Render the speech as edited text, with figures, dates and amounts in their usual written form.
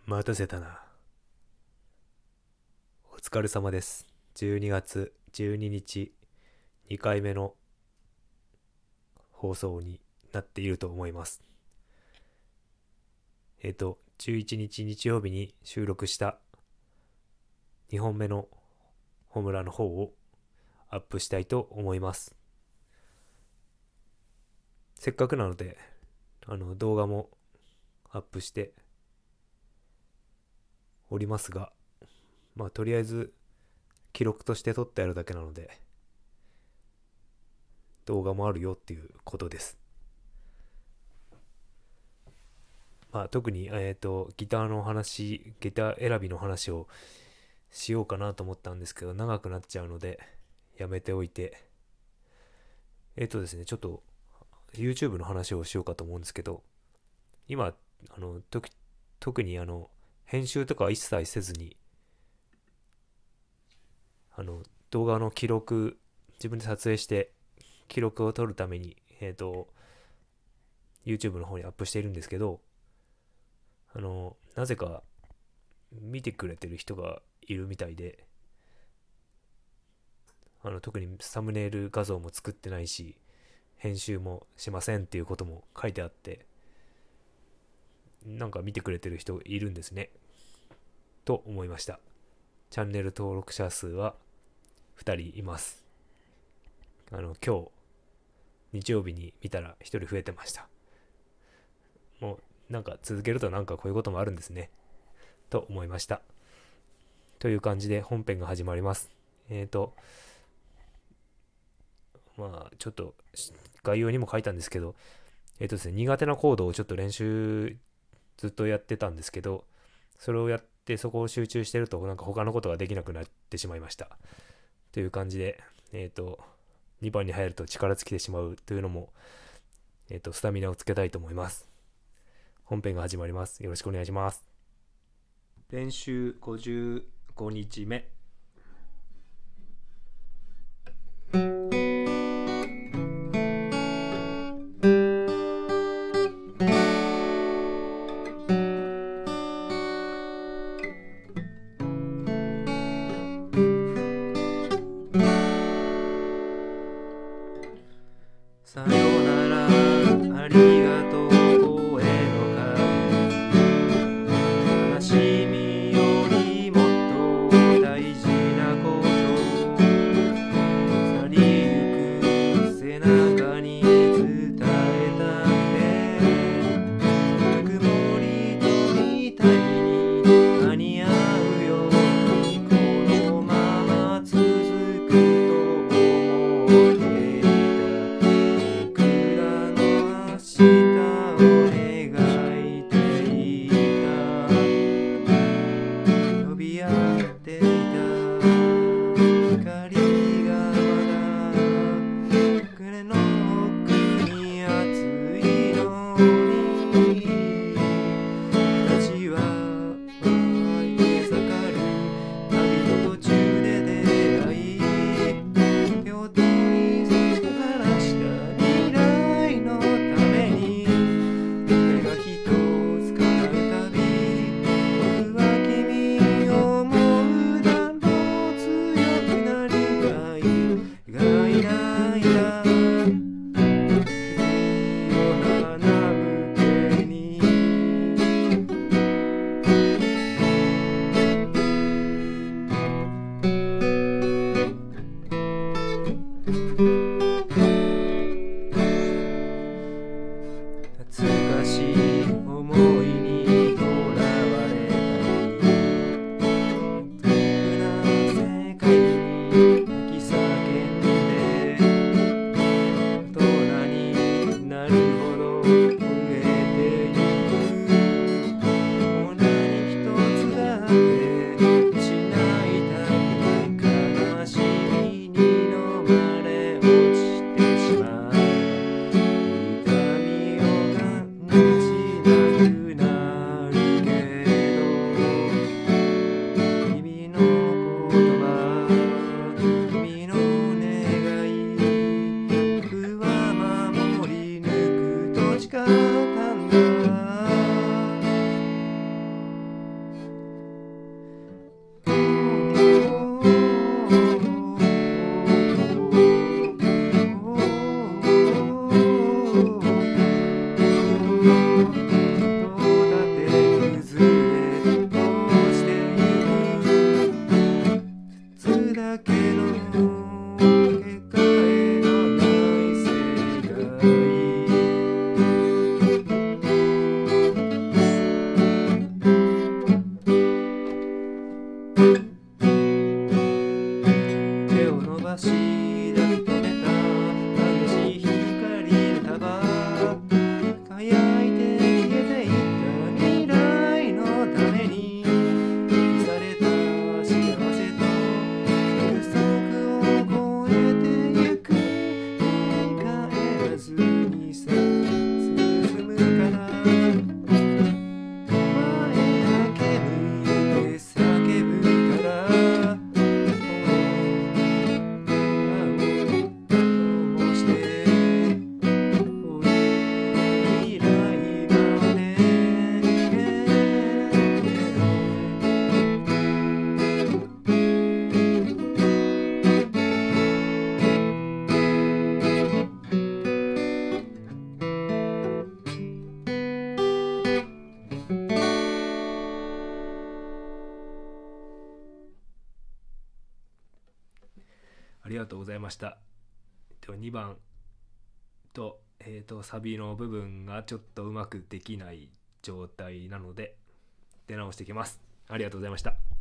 待たせたな。お疲れ様です。12月12日、2回目の放送になっていると思います。11日日曜日に収録した2本目のホームランの方をアップしたいと思います。せっかくなので、動画もアップしておりますが、とりあえず記録として撮ってあるだけなので、動画もあるよっていうことです。特に、ギターの話、ギター選びの話をしようかなと思ったんですけど、長くなっちゃうので、やめておいて、ですね、ちょっと YouTube の話をしようかと思うんですけど、今、あの、特に編集とかは一切せずに、動画の記録、自分で撮影して記録を撮るために、YouTube の方にアップしているんですけど、なぜか見てくれてる人がいるみたいで、特にサムネイル画像も作ってないし、編集もしませんっていうことも書いてあって、なんか見てくれてる人いるんですね、と思いました。チャンネル登録者数は2人います。今日、日曜日に見たら1人増えてました。もう、なんか続けるとなんかこういうこともあるんですね、と思いました。という感じで本編が始まります。ちょっと概要にも書いたんですけど、ですね、苦手なコードをちょっと練習ずっとやってたんですけど、それをやってそこを集中してるとなんか他のことができなくなってしまいました。という感じで、2番に入ると力尽きてしまうというのも、スタミナをつけたいと思います。本編が始まります。よろしくお願いします。練習55日目。さよなら、ありがとう、声の影。悲しみよりもっと大事ありがとうございました。2番と、サビの部分がちょっとうまくできない状態なので出直してきます。ありがとうございました。